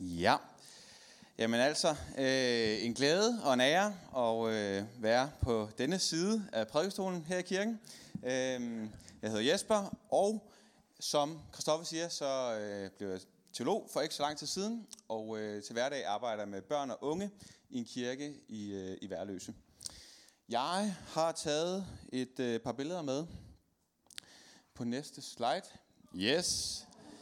Ja, jamen altså, en glæde og en ære at være på denne side af prædikestolen her i kirken. Jeg hedder Jesper, og som Christoffer siger, så blev jeg teolog for ikke så lang tid siden, og til hverdag arbejder jeg med børn og unge i en kirke i Værløse. Jeg har taget et par billeder med på næste slide. Yes.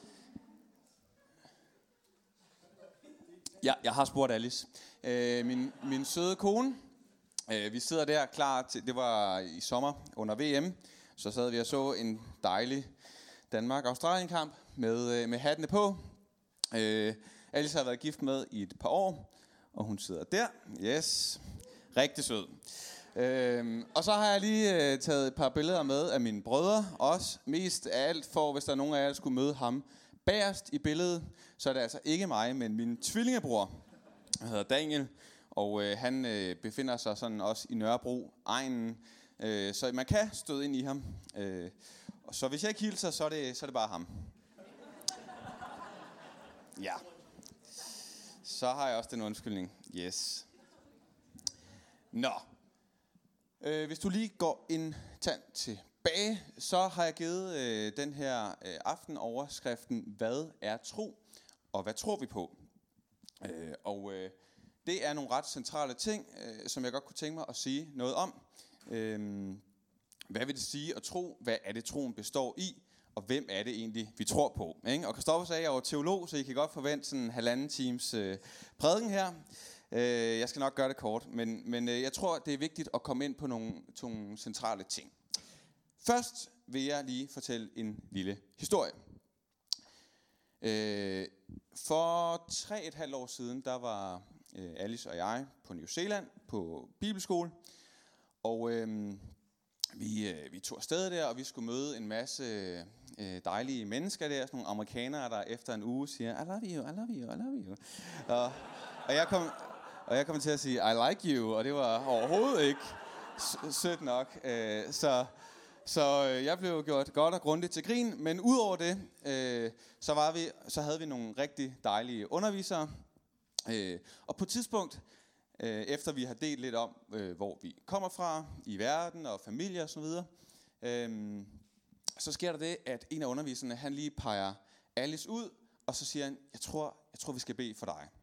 Ja, jeg har spurgt Alice. Min søde kone, vi sidder der klar til, det var i sommer under VM, så sad vi og så en dejlig Danmark-Australien-kamp med hattene på. Alice har været gift med i et par år, og hun sidder der. Yes, rigtig sød. Og så har jeg lige taget et par billeder med af mine brødre, også mest af alt for, hvis der er nogen af jer, der skulle møde ham bagerst i billedet, så er det altså ikke mig, men min tvillingebror, han hedder Daniel, og han befinder sig sådan også i Nørrebro egnen, så man kan støde ind i ham. Og så hvis jeg ikke hilser, så er det bare ham. Ja. Så har jeg også den undskyldning. Yes. Nå. Hvis du lige går en tand tilbage, så har jeg givet den her aften overskriften, hvad er tro, og hvad tror vi på? Det er nogle ret centrale ting, som jeg godt kunne tænke mig at sige noget om. Hvad vil det sige at tro? Hvad er det, troen består i? Og hvem er det egentlig, vi tror på? Ikke? Og Christoffer sagde, at jeg var teolog, så I kan godt forvente sådan en 1,5 times prædiken her. Jeg skal nok gøre det kort, men jeg tror, det er vigtigt at komme ind på nogle centrale ting. Først vil jeg lige fortælle en lille historie. For 3,5 år siden, der var Alice og jeg på New Zealand på bibelskole, og vi tog afsted der, og vi skulle møde en masse dejlige mennesker der, sådan nogle amerikanere, der efter en uge siger, I love you, I love you, I love you. Og jeg kom til at sige, I like you, og det var overhovedet ikke sødt nok. Så jeg blev gjort godt og grundigt til grin, men udover det, så havde vi nogle rigtig dejlige undervisere. Og på et tidspunkt, efter vi har delt lidt om, hvor vi kommer fra i verden og familie og så videre, så sker der det, at en af underviserne, han lige peger Alice ud, og så siger han, jeg tror vi skal bede for dig.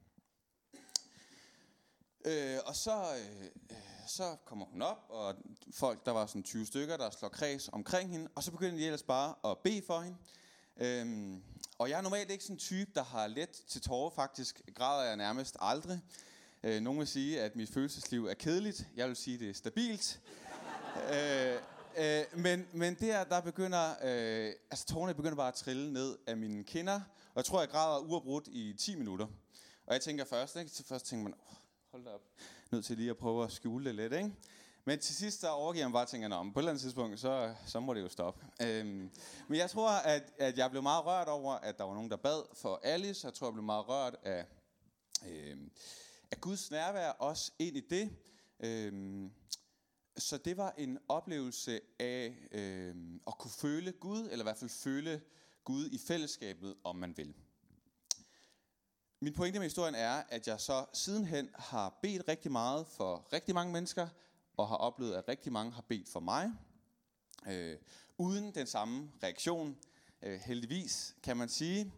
Og så kommer hun op, og folk, der var sådan 20 stykker, der slår kreds omkring hende, og så begynder de ellers bare at bede for hende. Og jeg er normalt ikke sådan en type, der har let til tårer, faktisk græder jeg nærmest aldrig. Nogen vil sige, at mit følelsesliv er kedeligt, jeg vil sige, det er stabilt. Men der begynder, tårerne begynder bare at trille ned af mine kinder, og jeg tror, jeg græder uafbrudt i 10 minutter. Og jeg tænker først tænker man, hold da op, nødt til lige at prøve at skjule det lidt, ikke? Men til sidst, der overgiver man bare og tænker, på et eller andet tidspunkt, så må det jo stoppe. Men jeg tror, at jeg blev meget rørt over, at der var nogen, der bad for Alice. Jeg tror, jeg blev meget rørt af Guds nærvær også ind i det. Så det var en oplevelse af at kunne føle Gud, eller i hvert fald føle Gud i fællesskabet, om man vil. Min pointe med historien er, at jeg så sidenhen har bedt rigtig meget for rigtig mange mennesker, og har oplevet, at rigtig mange har bedt for mig, uden den samme reaktion, heldigvis kan man sige.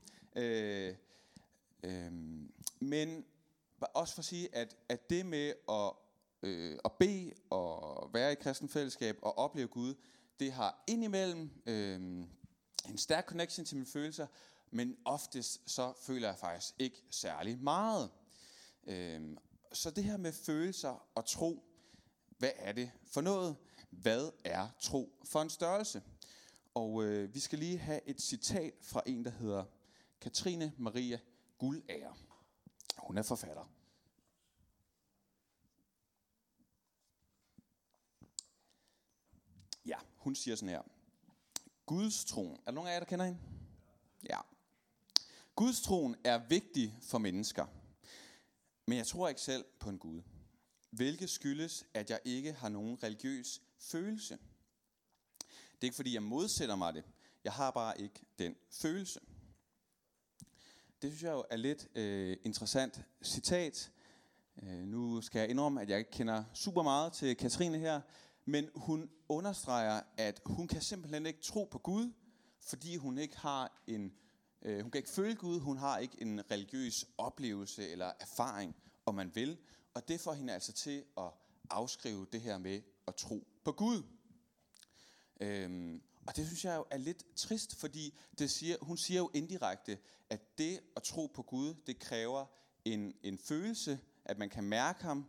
Men også for at sige, at det med at bede og være i kristen fællesskab og opleve Gud, det har indimellem en stærk connection til mine følelser, men oftest så føler jeg faktisk ikke særlig meget. Så det her med følelser og tro, hvad er det for noget? Hvad er tro for en størrelse? Og vi skal lige have et citat fra en, der hedder Katrine Maria Guldager. Hun er forfatter. Ja, hun siger sådan her. Gudstroen. Er der nogen af jer, der kender hende? Ja. Gudstroen er vigtig for mennesker, men jeg tror ikke selv på en Gud, hvilket skyldes, at jeg ikke har nogen religiøs følelse. Det er ikke fordi, jeg modsætter mig det. Jeg har bare ikke den følelse. Det synes jeg jo er lidt interessant citat. Nu skal jeg indrømme, at jeg ikke kender super meget til Katrine her, men hun understreger, at hun kan simpelthen ikke tro på Gud, fordi hun ikke har hun kan ikke føle Gud, hun har ikke en religiøs oplevelse eller erfaring, om man vil. Og det får hende altså til at afskrive det her med at tro på Gud. Og det synes jeg jo er lidt trist, fordi hun siger jo indirekte, at det at tro på Gud, det kræver en følelse, at man kan mærke ham,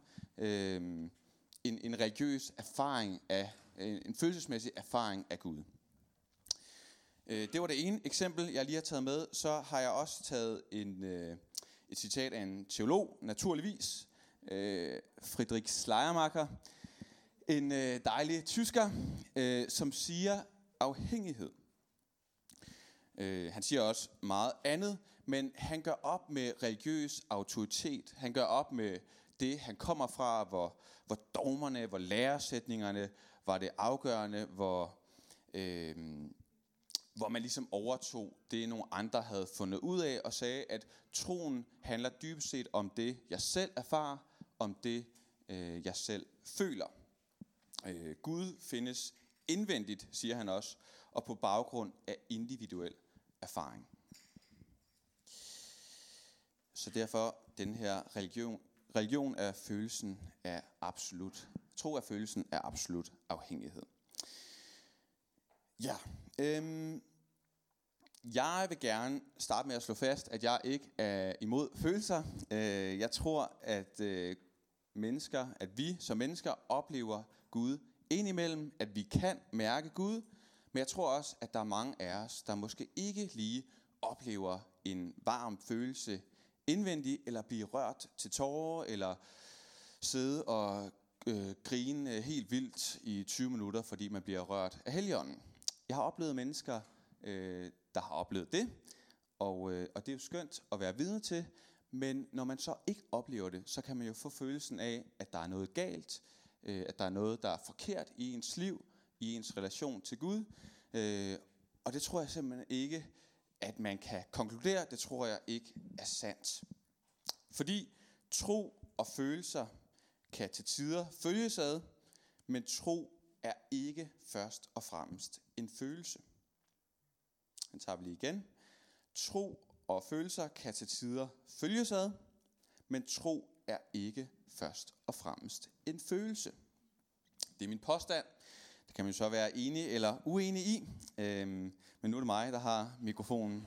en religiøs erfaring en følelsesmæssig erfaring af Gud. Det var det ene eksempel, jeg lige har taget med. Så har jeg også taget et citat af en teolog, naturligvis, Friedrich Schleiermacher, en dejlig tysker, som siger afhængighed. Han siger også meget andet, men han gør op med religiøs autoritet. Han gør op med det, han kommer fra, hvor dogmerne, hvor læresætningerne var det afgørende, hvor man ligesom overtog det, nogle andre havde fundet ud af, og sagde, at troen handler dybest set om det, jeg selv erfarer, om det, jeg selv føler. Gud findes indvendigt, siger han også, og på baggrund af individuel erfaring. Så derfor den her religion er følelsen af absolut, tro er følelsen af absolut afhængighed. Ja, jeg vil gerne starte med at slå fast, at jeg ikke er imod følelser. Jeg tror, at vi som mennesker oplever Gud indimellem, at vi kan mærke Gud, men jeg tror også, at der er mange af os, der måske ikke lige oplever en varm følelse indvendig, eller blive rørt til tårer, eller sidde og grine helt vildt i 20 minutter, fordi man bliver rørt af Helligånden. Jeg har oplevet mennesker, der har oplevet det, og det er jo skønt at være vidne til, men når man så ikke oplever det, så kan man jo få følelsen af, at der er noget galt, at der er noget, der er forkert i ens liv, i ens relation til Gud, og det tror jeg simpelthen ikke, at man kan konkludere. Det tror jeg ikke er sandt. Fordi tro og følelser kan til tider følges ad, men tro er ikke først og fremmest en følelse. Den tager vi lige igen. Tro og følelser kan til tider følges ad, men tro er ikke først og fremmest en følelse. Det er min påstand. Det kan man så være enig eller uenig i, men nu er det mig, der har mikrofonen.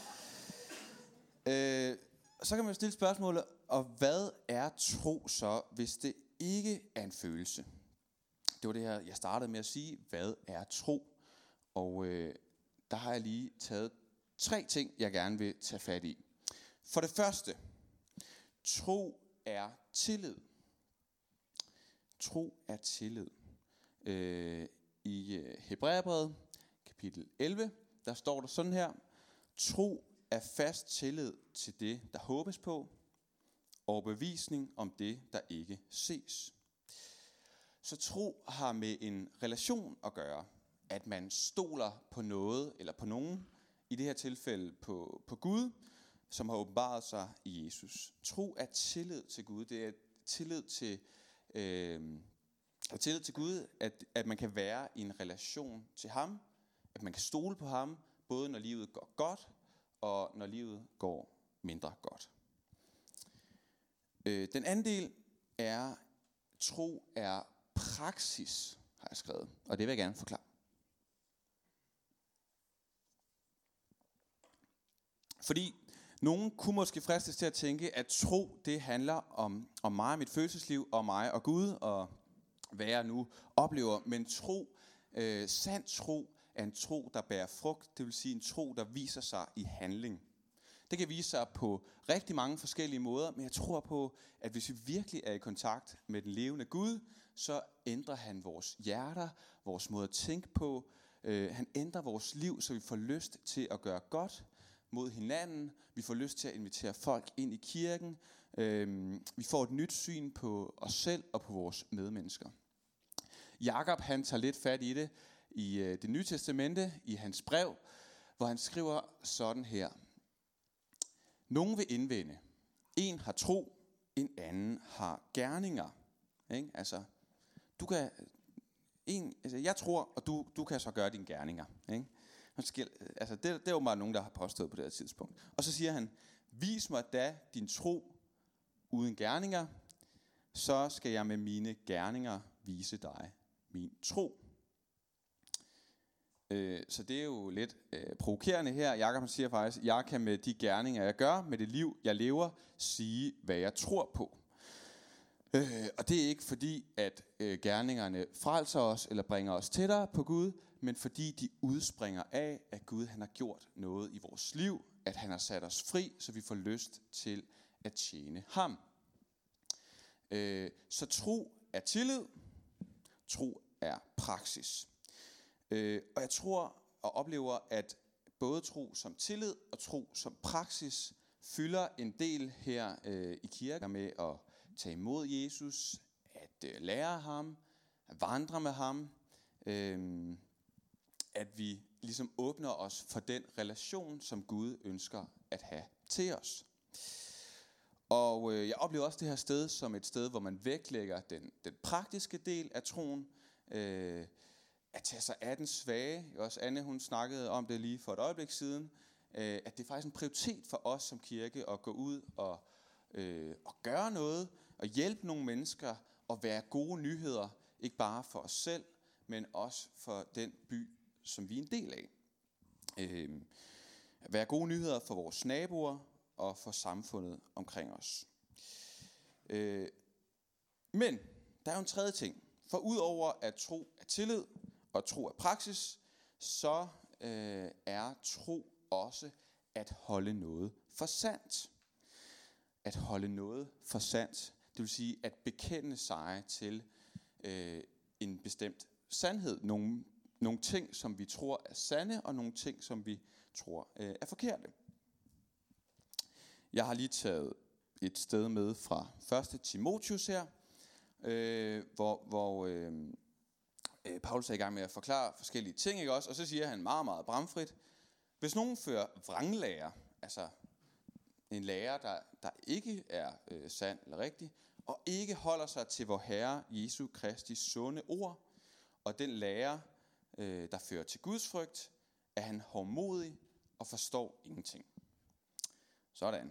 Så kan man jo stille spørgsmålet, og hvad er tro så, hvis det ikke er en følelse? Det var det her, jeg startede med at sige, hvad er tro? Og der har jeg lige taget 3 ting, jeg gerne vil tage fat i. For det første, tro er tillid. Tro er tillid. I Hebræerbrevet, kapitel 11, der står der sådan her: tro er fast tillid til det, der håbes på, og bevisning om det, der ikke ses. Så tro har med en relation at gøre, at man stoler på noget eller på nogen, i det her tilfælde på Gud, som har åbenbaret sig i Jesus. Tro er tillid til Gud. Det er tillid til Gud, at man kan være i en relation til ham, at man kan stole på ham, både når livet går godt, og når livet går mindre godt. Den anden del er, tro er praksis, har jeg skrevet, og det vil jeg gerne forklare. Fordi nogen kunne måske fristes til at tænke, at tro, det handler om mig og mit følelsesliv, og mig og Gud, og hvad jeg nu oplever. Men sand tro er en tro, der bærer frugt, det vil sige en tro, der viser sig i handling. Det kan vise sig på rigtig mange forskellige måder, men jeg tror på, at hvis vi virkelig er i kontakt med den levende Gud, så ændrer han vores hjerter, vores måde at tænke på. Han ændrer vores liv, så vi får lyst til at gøre godt mod hinanden. Vi får lyst til at invitere folk ind i kirken. Vi får et nyt syn på os selv og på vores medmennesker. Jakob, han tager lidt fat i det i det nye testamente, i hans brev, hvor han skriver sådan her: Nogen vil indvende. En har tro, en anden har gerninger. Ikke? Altså, jeg tror, og du kan så gøre dine gerninger. Ikke? Altså, det er jo bare nogen, der har påstået på det her tidspunkt. Og så siger han, vis mig da din tro uden gerninger, så skal jeg med mine gerninger vise dig min tro. Så det er jo lidt provokerende her. Jakob siger faktisk, jeg kan med de gerninger, jeg gør, med det liv, jeg lever, sige, hvad jeg tror på. Og det er ikke fordi, at gerningerne frelser os eller bringer os tættere på Gud, men fordi de udspringer af, at Gud han har gjort noget i vores liv, at han har sat os fri, så vi får lyst til at tjene ham. Så tro er tillid, tro er praksis. Og jeg tror og oplever, at både tro som tillid og tro som praksis fylder en del her i kirken med at tage imod Jesus, at lære ham, at vandre med ham, at vi ligesom åbner os for den relation, som Gud ønsker at have til os. Og jeg oplever også det her sted som et sted, hvor man vægtlægger den praktiske del af troen, at tage sig af den svage. Også Anne, hun snakkede om det lige for et øjeblik siden, at det er faktisk en prioritet for os som kirke at gå ud og gøre noget, og hjælpe nogle mennesker, og være gode nyheder, ikke bare for os selv, men også for den by, som vi er en del af. Være gode nyheder for vores naboer, og for samfundet omkring os. Men der er jo en tredje ting. For udover at tro er tillid, og tro er praksis, så er tro også at holde noget for sandt. At holde noget for sandt, det vil sige at bekende sig til en bestemt sandhed. Nogle ting, som vi tror er sande, og nogle ting, som vi tror er forkerte. Jeg har lige taget et sted med fra 1. Timotheus her, hvor Paulus er i gang med at forklare forskellige ting, ikke også? Og så siger han meget, meget bramfrit, hvis nogen fører vranglære, altså en lærer, der ikke er sand eller rigtig, og ikke holder sig til vor Herre Jesu Kristi sunde ord, og den lærer, der fører til Guds frygt, er han hovmodig og forstår ingenting. Sådan.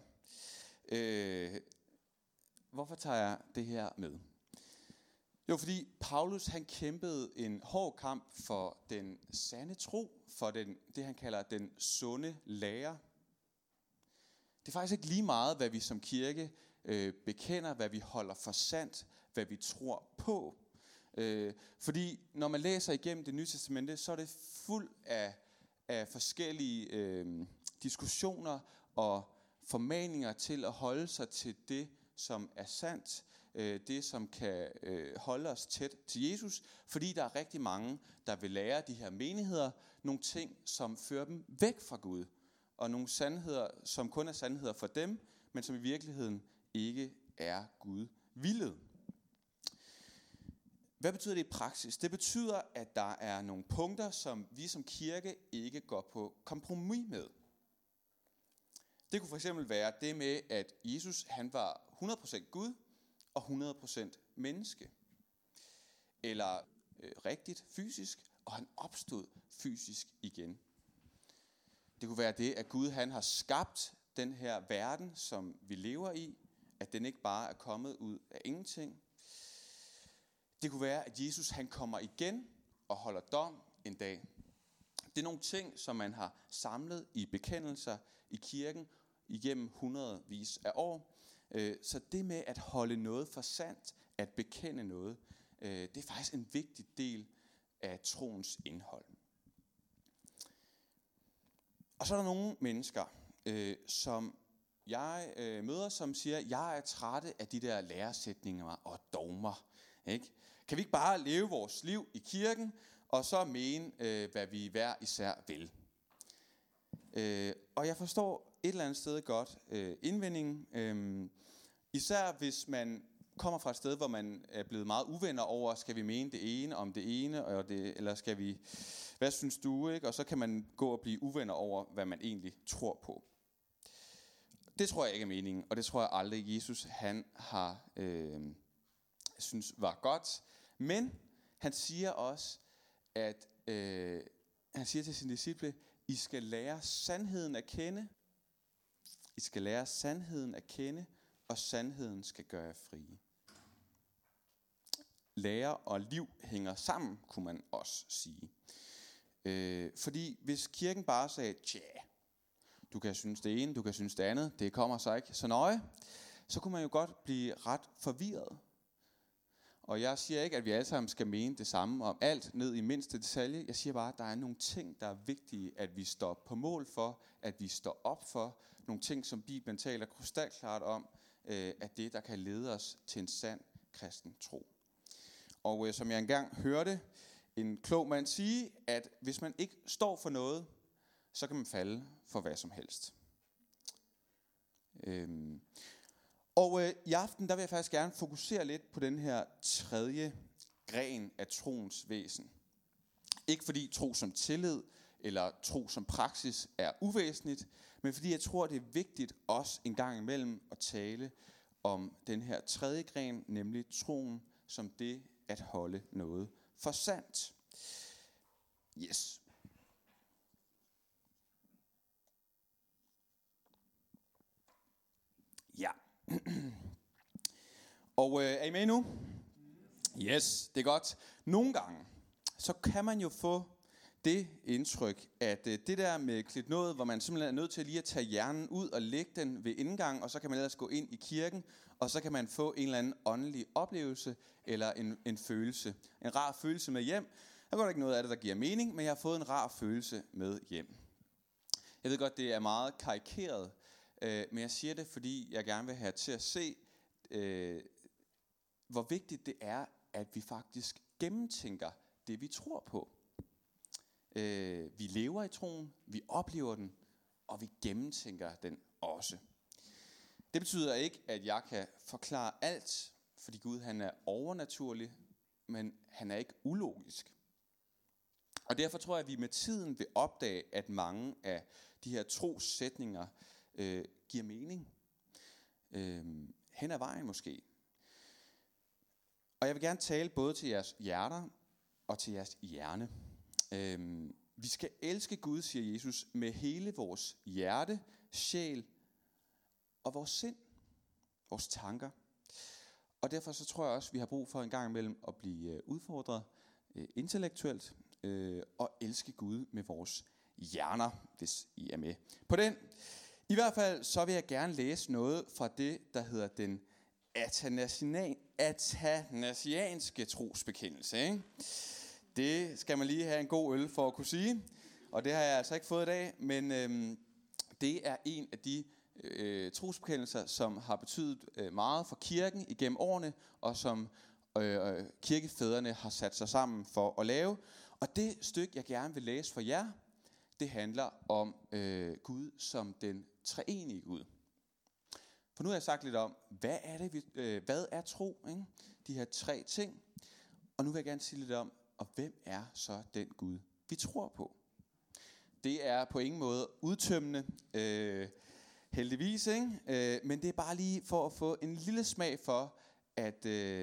Hvorfor tager jeg det her med? Jo, fordi Paulus han kæmpede en hård kamp for den sande tro, for det han kalder den sunde lære. Det er faktisk ikke lige meget, hvad vi som kirke bekender, hvad vi holder for sandt, hvad vi tror på. Fordi når man læser igennem det nye testamente, så er det fuld af forskellige diskussioner og formaninger til at holde sig til det, som er sandt, det som kan holde os tæt til Jesus, fordi der er rigtig mange, der vil lære de her menigheder nogle ting, som fører dem væk fra Gud, og nogle sandheder, som kun er sandheder for dem, men som i virkeligheden ikke er Gud villet. Hvad betyder det i praksis? Det betyder, at der er nogle punkter, som vi som kirke ikke går på kompromis med. Det kunne for eksempel være det med, at Jesus han var 100% Gud og 100% menneske. Eller rigtigt fysisk, og han opstod fysisk igen. Det kunne være det, at Gud han har skabt den her verden, som vi lever i, at den ikke bare er kommet ud af ingenting. Det kunne være, at Jesus han kommer igen og holder dom en dag. Det er nogle ting, som man har samlet i bekendelser i kirken igennem hundredvis af år. Så det med at holde noget for sandt, at bekende noget, det er faktisk en vigtig del af troens indhold. Og så er der nogle mennesker, som jeg møder, som siger, jeg er trætte af de der læresætninger og dogmer. Ikke? Kan vi ikke bare leve vores liv i kirken, og så mene, hvad vi hver især vil? Og jeg forstår et eller andet sted godt indvendingen. Især hvis man kommer fra et sted, hvor man er blevet meget uvenner over, skal vi mene det ene om det ene, eller skal vi, hvad synes du, ikke? Og så kan man gå og blive uvenner over, hvad man egentlig tror på. Det tror jeg ikke er meningen, og det tror jeg aldrig, Jesus han har synes var godt. Men han siger også, at han siger til sine disciple, I skal lære sandheden at kende. I skal lære sandheden at kende, og sandheden skal gøre jer frie. Lære og liv hænger sammen, kunne man også sige. Fordi hvis kirken bare sagde, tja, du kan synes det ene, du kan synes det andet, det kommer så ikke så nøje, så kunne man jo godt blive ret forvirret. Og jeg siger ikke, at vi alle sammen skal mene det samme om alt ned i mindste detalje. Jeg siger bare, at der er nogle ting, der er vigtige, at vi står på mål for, at vi står op for. Nogle ting, som Bibelen taler krystalklart om, at det, der kan lede os til en sand kristen tro. Og som jeg engang hørte en klog mand sige, at hvis man ikke står for noget, så kan man falde for hvad som helst. I aften der vil jeg faktisk gerne fokusere lidt på den her tredje gren af troens væsen. Ikke fordi tro som tillid eller tro som praksis er uvæsentligt, men fordi jeg tror, det er vigtigt også en gang imellem at tale om den her tredje gren, nemlig troen som det at holde noget for sandt. Yes. Ja. Og er I med nu? Yes, det er godt. Nogle gange, så kan man jo få det indtryk, at det der med klipnået, hvor man simpelthen er nødt til lige at tage hjernen ud og lægge den ved indgang, og så kan man ellers gå ind i kirken, og så kan man få en eller anden åndelig oplevelse, eller en følelse. En rar følelse med hjem. Der er ikke noget af det, der giver mening, men jeg har fået en rar følelse med hjem. Jeg ved godt, det er meget karikeret, men jeg siger det, fordi jeg gerne vil have til at se, hvor vigtigt det er, at vi faktisk gennemtænker det, vi tror på. Vi lever i troen, vi oplever den, og vi gennemtænker den også. Det betyder ikke, at jeg kan forklare alt, fordi Gud han er overnaturlig, men han er ikke ulogisk. Og derfor tror jeg, at vi med tiden vil opdage, at mange af de her trossætninger giver mening. Hen ad vejen måske. Og jeg vil gerne tale både til jeres hjerter og til jeres hjerne. Vi skal elske Gud, siger Jesus, med hele vores hjerte, sjæl og vores sind, vores tanker. Og derfor så tror jeg også, at vi har brug for en gang imellem at blive udfordret intellektuelt og elske Gud med vores hjerner, hvis I er med på den. I hvert fald så vil jeg gerne læse noget fra det, der hedder den athanasianske trosbekendelse. Ikke? Det skal man lige have en god øl for at kunne sige, og det har jeg altså ikke fået i dag, men det er en af de trosbekendelser, som har betydet meget for kirken igennem årene, og som kirkefædrene har sat sig sammen for at lave. Og det stykke, jeg gerne vil læse for jer, det handler om Gud som den treenige Gud. For nu har jeg sagt lidt om, hvad er tro? Ikke? De her tre ting. Og nu vil jeg gerne sige lidt om, og hvem er så den Gud, vi tror på? Det er på ingen måde udtømmende, heldigvis, ikke? Men det er bare lige for at få en lille smag for, at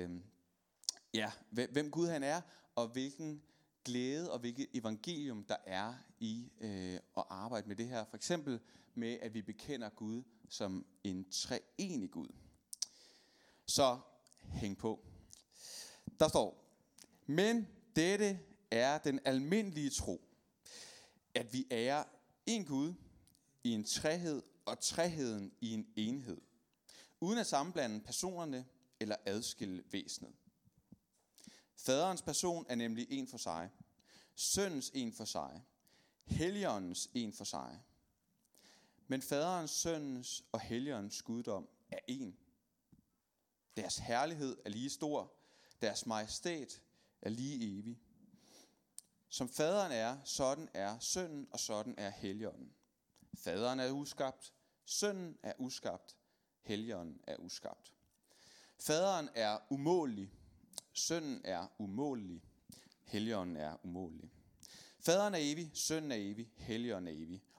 hvem Gud han er, og hvilken glæde og hvilket evangelium der er i at arbejde med det her. For eksempel med, at vi bekender Gud som en treenig Gud. Så hæng på. Der står, men dette er den almindelige tro, at vi ærer en Gud i en trehed og treheden i en enhed, uden at sammenblande personerne eller adskille væsenet. Faderens person er nemlig en for sig, søndens en for sig, helligåndens en for sig. Men faderens, søndens og helligåndens guddom er en. Deres herlighed er lige stor, deres majestæt er lige evig. Som faderen er, sådan er sønnen, og sådan er helligånden. Faderen er uskabt, sønnen er uskabt, helligånden er uskabt. Faderen er umålelig, sønnen er umålelig, helligånden er umålelig. Faderen er evig, sønnen er evig, helligånden er evig.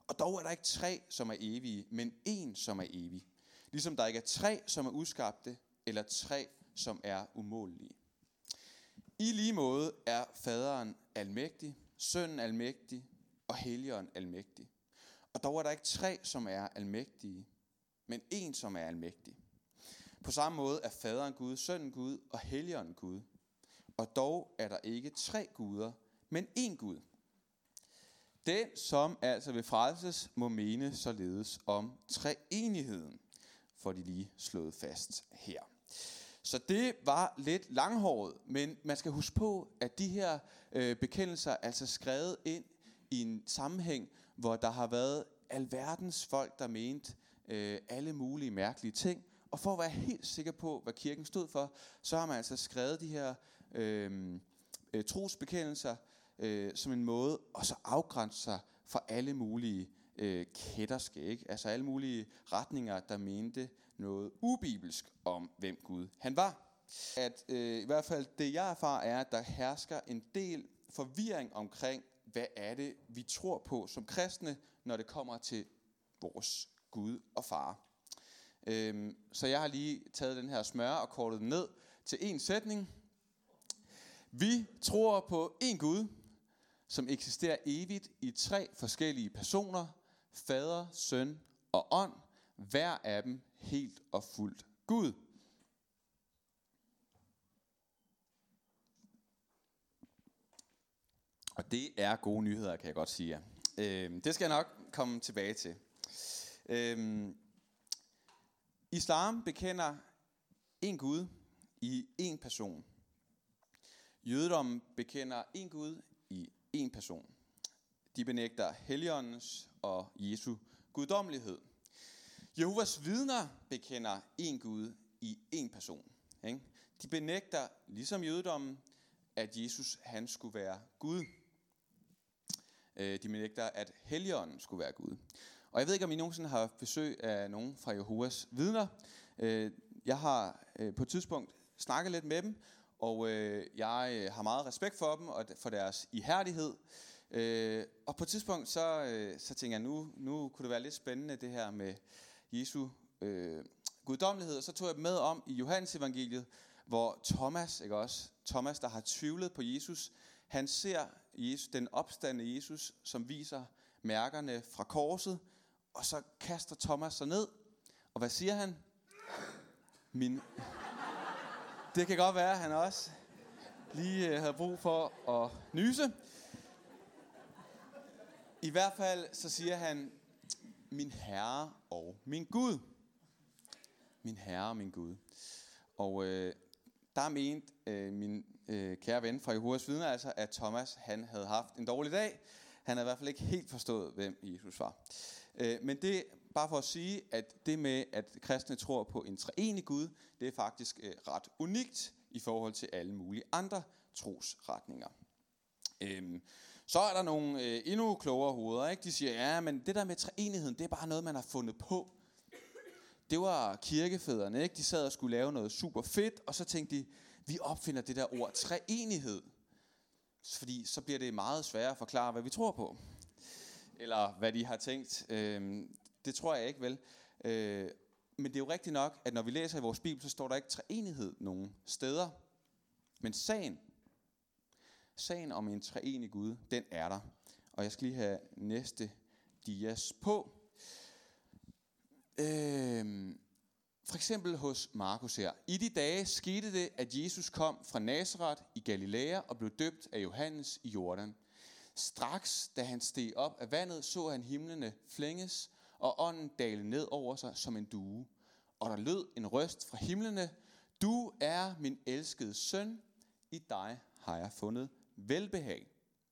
Og dog er der ikke 3, som er evige, men 1, som er evig. Ligesom der ikke er 3, som er uskabte, eller 3, som er umålelige. I lige måde er faderen almægtig, sønnen almægtig og helligånden almægtig. Og dog er der ikke 3, som er almægtige, men 1, som er almægtig. På samme måde er faderen Gud, sønnen Gud og helligånden Gud. Og dog er der ikke 3 guder, men 1 Gud. Den, som altså vil frelses, må mene således om treenigheden, får de lige slået fast her. Så det var lidt langhåret, men man skal huske på, at de her bekendelser er altså skrevet ind i en sammenhæng, hvor der har været alverdens folk, der mente alle mulige mærkelige ting. Og for at være helt sikker på, hvad kirken stod for, så har man altså skrevet de her trosbekendelser som en måde at så afgrænse sig fra alle mulige kætterske, altså alle mulige retninger, der mente noget ubibelsk om, hvem Gud han var. At i hvert fald det jeg erfarer er, at der hersker en del forvirring omkring, hvad er det vi tror på som kristne, når det kommer til vores Gud og far. Så jeg har lige taget den her smør og kortet den ned til en sætning. Vi tror på en Gud, som eksisterer evigt i 3 forskellige personer, fader, søn og ånd, hver af dem helt og fuldt Gud. Og det er gode nyheder, kan jeg godt sige jer. Det skal jeg nok komme tilbage til. Islam bekender en Gud i en person. Jødedommen bekender en Gud i en person. De benægter Helligåndens og Jesu guddommelighed. Jehovas vidner bekender en Gud i en person. Ikke? De benægter, ligesom jødedommen, at Jesus han skulle være Gud. De benægter, at Helligånden skulle være Gud. Og jeg ved ikke, om I nogensinde har haft besøg af nogen fra Jehovas vidner. Jeg har på et tidspunkt snakket lidt med dem, og jeg har meget respekt for dem og for deres ihærdighed. Og på et tidspunkt så tænker jeg, nu kunne det være lidt spændende det her med Jesu guddommelighed. Og så tog jeg dem med om i Johannes evangeliet, hvor Thomas, ikke også? Thomas, der har tvivlet på Jesus, han ser Jesus, den opstandne Jesus, som viser mærkerne fra korset, og så kaster Thomas sig ned. Og hvad siger han? Det kan godt være, at han også lige havde brug for at nyse. I hvert fald så siger han, min Herre og min Gud. Min Herre og min Gud. Og der mente min kære ven fra Jehovas vidner altså, at Thomas han havde haft en dårlig dag. Han havde i hvert fald ikke helt forstået, hvem Jesus var. Men det er bare for at sige, at det med, at kristne tror på en treenig Gud, det er faktisk ret unikt i forhold til alle mulige andre trosretninger. Så er der nogle endnu klogere hoveder, ikke? De siger, ja, men det der med treenigheden, det er bare noget, man har fundet på. Det var kirkefædrene, ikke? De sad og skulle lave noget super fedt, og så tænkte de, vi opfinder det der ord treenighed. Fordi så bliver det meget sværere at forklare, hvad vi tror på. Eller hvad de har tænkt. Det tror jeg ikke vel. Men det er jo rigtigt nok, at når vi læser i vores bibel, så står der ikke treenighed nogen steder. Men sagen om en treenig Gud, den er der. Og jeg skal lige have næste dias på. For eksempel hos Markus her. I de dage skete det, at Jesus kom fra Nazaret i Galilea og blev døbt af Johannes i Jordan. Straks, da han steg op af vandet, så han himlene flænges, og ånden dale ned over sig som en due. Og der lød en røst fra himlene, du er min elskede søn, i dig har jeg fundet velbehag.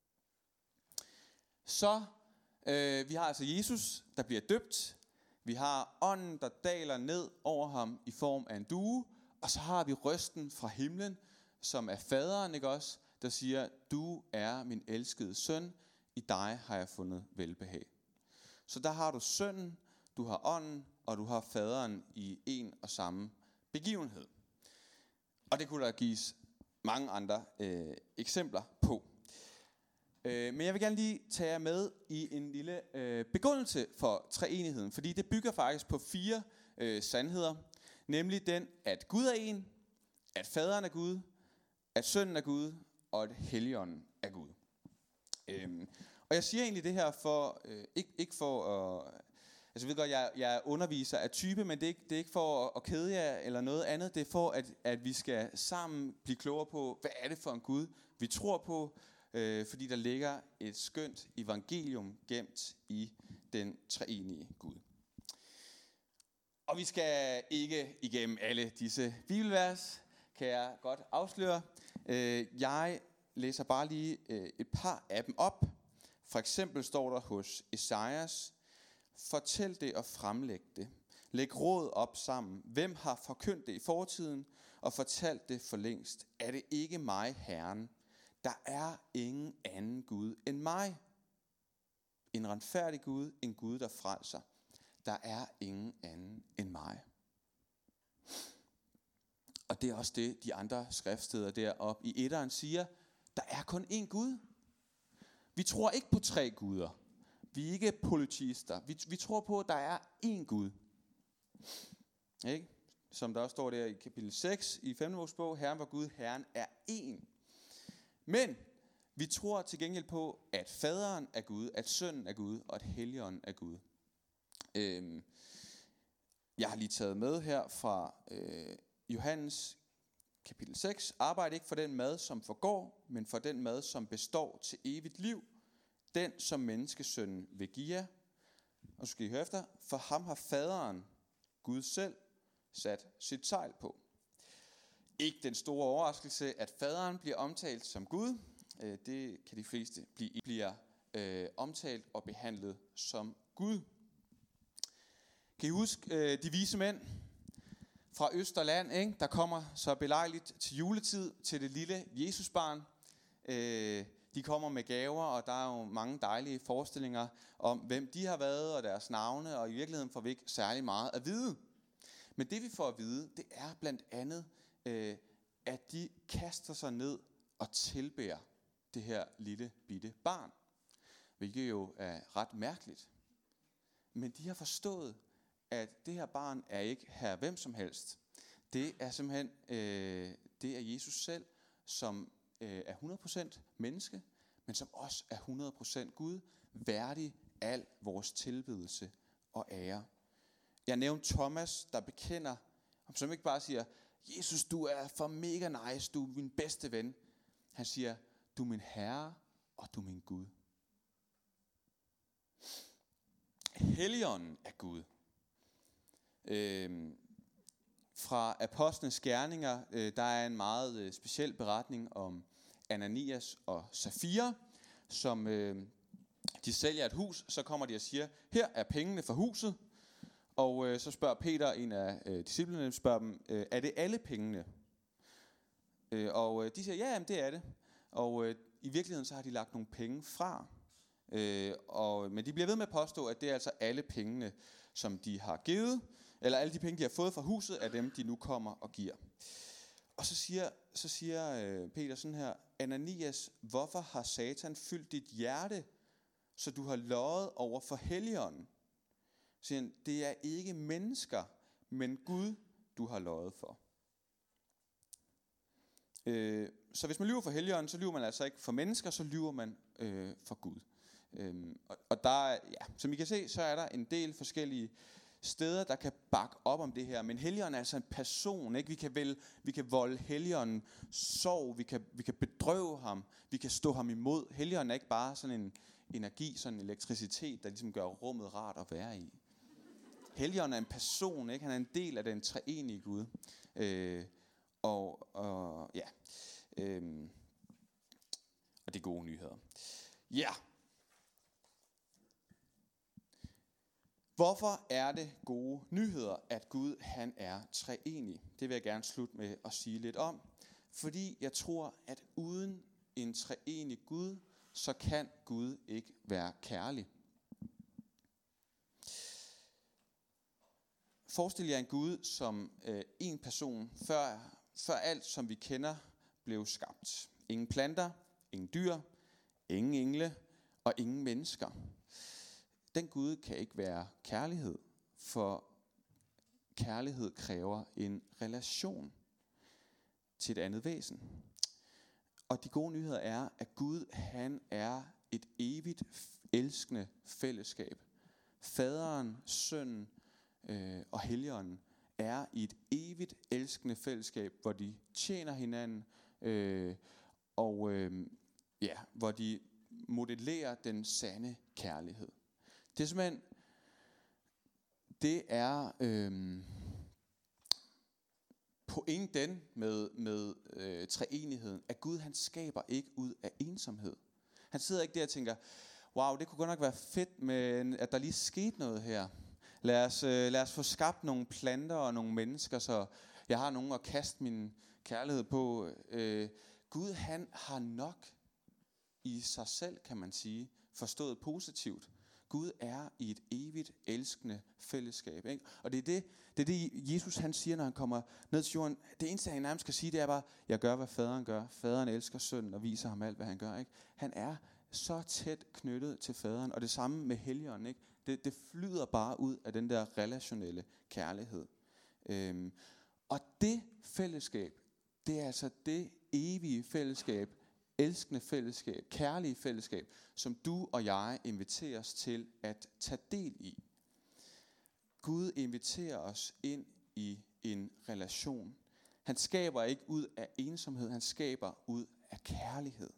Så vi har altså Jesus, der bliver døbt. Vi har ånden, der daler ned over ham i form af en due. Og så har vi røsten fra himlen, som er faderen, ikke også? Der siger, du er min elskede søn, i dig har jeg fundet velbehag. Så der har du sønnen, du har ånden, og du har faderen i en og samme begivenhed. Og det kunne der gives mange andre eksempler på. Men jeg vil gerne lige tage jer med i en lille begrundelse for treenigheden, fordi det bygger faktisk på 4 sandheder, nemlig den, at Gud er en, at faderen er Gud, at sønnen er Gud, og at Helligånden er Gud. Og jeg siger egentlig det her for, ikke for at, altså jeg ved godt, jeg er underviser af type, men det er ikke for at kede jer eller noget andet, det er for, at vi skal sammen blive klogere på, hvad er det for en Gud, vi tror på, fordi der ligger et skønt evangelium gemt i den treenige Gud. Og vi skal ikke igennem alle disse bibelvers, kan jeg godt afsløre. Jeg læser bare lige et par af dem op. For eksempel står der hos Esajas: fortæl det og fremlæg det. Læg råd op sammen. Hvem har forkyndt det i fortiden og fortalt det for længst? Er det ikke mig, Herren? Der er ingen anden Gud end mig. En retfærdig Gud, en Gud, der frelser. Der er ingen anden end mig. Og det er også det, de andre skriftsteder deroppe i etteren siger. Der er kun én Gud. Vi tror ikke på 3 guder. Vi er ikke polyteister. Vi tror på, at der er én Gud. Ikke? Som der også står der i kapitel 6 i 5. Mosebog. Herren var Gud, Herren er én. Men vi tror til gengæld på, at faderen er Gud, at sønnen er Gud, og at Helligånden er Gud. Jeg har lige taget med her fra Johannes kapitel 6. Arbejd ikke for den mad, som forgår, men for den mad, som består til evigt liv. Den, som menneskesønnen vil give jer. Og så skal I høre efter. For ham har faderen, Gud selv, sat sit tegl på. Ikke den store overraskelse, at faderen bliver omtalt som Gud. Det kan de fleste bliver omtalt og behandlet som Gud. Kan I huske de vise mænd fra Østerland, ikke? Der kommer så belejligt til juletid til det lille Jesusbarn. De kommer med gaver, og der er jo mange dejlige forestillinger om, hvem de har været og deres navne, og i virkeligheden får vi ikke særlig meget at vide. Men det vi får at vide, det er blandt andet, at de kaster sig ned og tilbærer det her lille bitte barn. Hvilket jo er ret mærkeligt. Men de har forstået, at det her barn er ikke her hvem som helst. Det er simpelthen det er Jesus selv, som er 100% menneske, men som også er 100% Gud, værdig al vores tilbedelse og ære. Jeg nævnte Thomas, der bekender, som ikke bare siger, Jesus, du er for mega nice, du er min bedste ven. Han siger, du er min Herre, og du er min Gud. Helligånden er Gud. Fra Apostlenes Gerninger, der er en meget speciel beretning om Ananias og Safira, som de sælger et hus, så kommer de og siger, her er pengene for huset, og så spørger Peter, en af disciplene, spørger dem, er det alle pengene? Og de siger, ja, jamen, det er det. Og i virkeligheden så har de lagt nogle penge fra, men de bliver ved med at påstå, at det er altså alle pengene, som de har givet, eller alle de penge, de har fået fra huset, er dem, de nu kommer og giver. Og så siger Peter sådan her, Ananias, hvorfor har Satan fyldt dit hjerte, så du har løjet over for Helligånden? Så siger han, det er ikke mennesker, men Gud, du har løjet for. Så hvis man lyver for Helligånden, så lyver man altså ikke for mennesker, så lyver man for Gud. Og der er, ja, som I kan se, så er der en del forskellige steder, der kan bakke op om det her. Men Helligånden er altså en person, ikke? Vi kan volde Helligånden sorg, vi kan bedrøve ham, vi kan stå ham imod. Helligånden er ikke bare sådan en energi, sådan en elektricitet, der ligesom gør rummet rart at være i. Helligånden er en person, ikke? Han er en del af den treenige Gud. Og det er gode nyheder. Ja. Hvorfor er det gode nyheder, at Gud han er treenig? Det vil jeg gerne slutte med at sige lidt om. Fordi jeg tror, at uden en treenig Gud, så kan Gud ikke være kærlig. Forestil jer en Gud som en person, før alt som vi kender blev skabt. Ingen planter, ingen dyr, ingen engle og ingen mennesker. Den Gud kan ikke være kærlighed, for kærlighed kræver en relation til et andet væsen. Og de gode nyheder er, at Gud, han er et evigt elskende fællesskab. Faderen, Sønnen og Helligånden er i et evigt elskende fællesskab, hvor de tjener hinanden, hvor de modellerer den sande kærlighed. Det er simpelthen, det er pointen med treenigheden, at Gud, han skaber ikke ud af ensomhed. Han sidder ikke der og tænker, wow, det kunne godt nok være fedt, men at der lige skete noget her. Lad os få skabt nogle planter og nogle mennesker, så jeg har nogen at kaste min kærlighed på. Gud, han har nok i sig selv, kan man sige, forstået positivt. Gud er i et evigt elskende fællesskab. Ikke? Og det er det, Jesus han siger, når han kommer ned til jorden. Det eneste, han nærmest skal sige, det er bare, jeg gør, hvad faderen gør. Faderen elsker sønnen og viser ham alt, hvad han gør. Ikke? Han er så tæt knyttet til faderen, og det samme med Helligånden. Ikke? Det flyder bare ud af den der relationelle kærlighed. Og det fællesskab, det er altså det evige fællesskab, elskende fællesskab, kærlige fællesskab, som du og jeg inviteres til at tage del i. Gud inviterer os ind i en relation. Han skaber ikke ud af ensomhed, han skaber ud af kærlighed.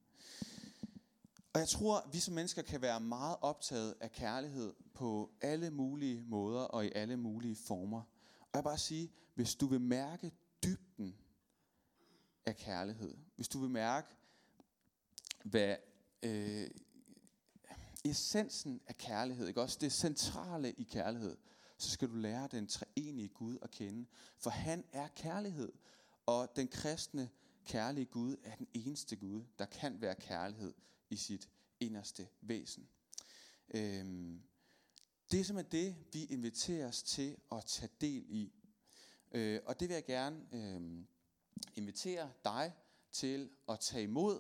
Og jeg tror, at vi som mennesker kan være meget optaget af kærlighed på alle mulige måder og i alle mulige former. Og jeg vil bare sige, hvis du vil mærke dybden af kærlighed, hvis du vil mærke, hvad essensen af kærlighed, ikke også det centrale i kærlighed, så skal du lære den treenige Gud at kende. For han er kærlighed, og den kristne kærlige Gud er den eneste Gud, der kan være kærlighed i sit inderste væsen. Det er simpelthen det, vi inviteres til at tage del i. Og det vil jeg gerne invitere dig til at tage imod.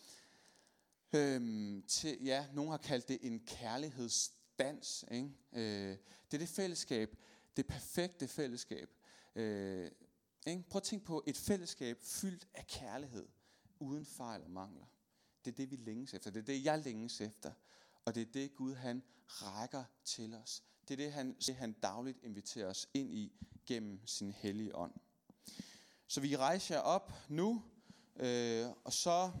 Nogen har kaldt det en kærlighedsdans. Ikke? Det er det fællesskab, det perfekte fællesskab. Ikke? Prøv at tænke på et fællesskab fyldt af kærlighed, uden fejl og mangler. Det er det, vi længes efter. Det er det, jeg længes efter. Og det er det, Gud han rækker til os. Det er det, han dagligt inviterer os ind i gennem sin hellige ånd. Så vi rejser jer op nu, og så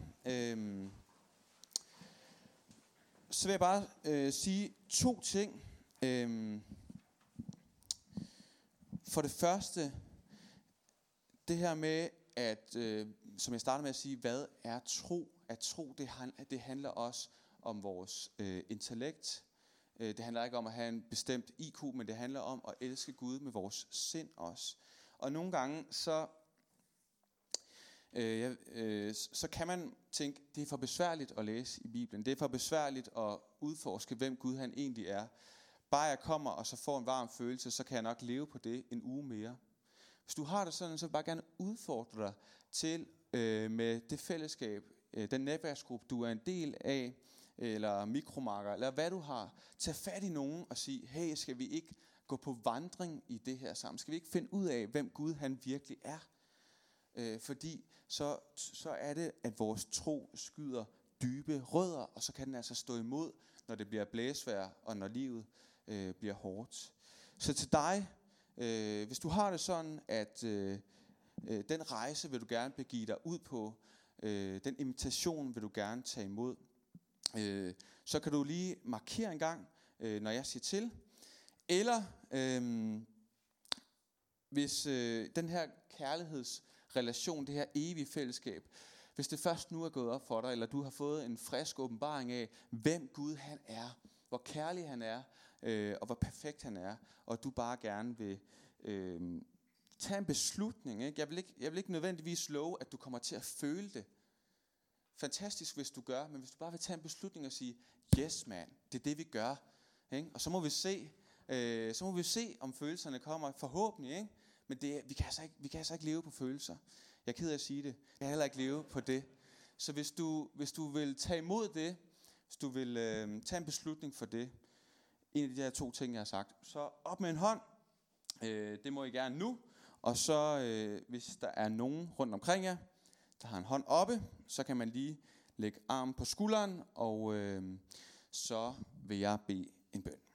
vil jeg bare sige to ting. For det første, det her med, at, som jeg startede med at sige, hvad er tro? At tro, det handler også om vores intellekt. Det handler ikke om at have en bestemt IQ, men det handler om at elske Gud med vores sind også. Og nogle gange, så kan man tænke, det er for besværligt at læse i Bibelen. Det er for besværligt at udforske, hvem Gud han egentlig er. Bare jeg kommer og så får en varm følelse, så kan jeg nok leve på det en uge mere. Hvis du har det sådan, så vil jeg bare gerne udfordre dig til med det fællesskab, den netværksgruppe, du er en del af, eller mikromarker, eller hvad du har. Tag fat i nogen og sige, hey, skal vi ikke gå på vandring i det her sammen? Skal vi ikke finde ud af, hvem Gud han virkelig er? Fordi så er det, at vores tro skyder dybe rødder, og så kan den altså stå imod, når det bliver blæsvejr, og når livet bliver hårdt. Så til dig, hvis du har det sådan, at den rejse vil du gerne begive dig ud på, den invitation vil du gerne tage imod, så kan du lige markere en gang, når jeg siger til. Eller hvis den her kærlighedsrelation, det her evige fællesskab, hvis det først nu er gået op for dig, eller du har fået en frisk åbenbaring af, hvem Gud han er, hvor kærlig han er, og hvor perfekt han er, og du bare gerne vil tage en beslutning. Ikke? Jeg vil ikke nødvendigvis love, at du kommer til at føle det. Fantastisk, hvis du gør, men hvis du bare vil tage en beslutning og sige, yes man, det er det vi gør. Ikke? Og så må vi se, om følelserne kommer, forhåbentlig. Ikke? Men vi kan altså ikke leve på følelser. Jeg er ked af at sige det. Jeg kan heller ikke leve på det, Så hvis du vil tage imod det, hvis du vil tage en beslutning for det, en af de her 2 ting, jeg har sagt, så op med en hånd. Det må I gerne nu. Og så hvis der er nogen rundt omkring jer, der har en hånd oppe, så kan man lige lægge armen på skulderen, og så vil jeg bede en bøn.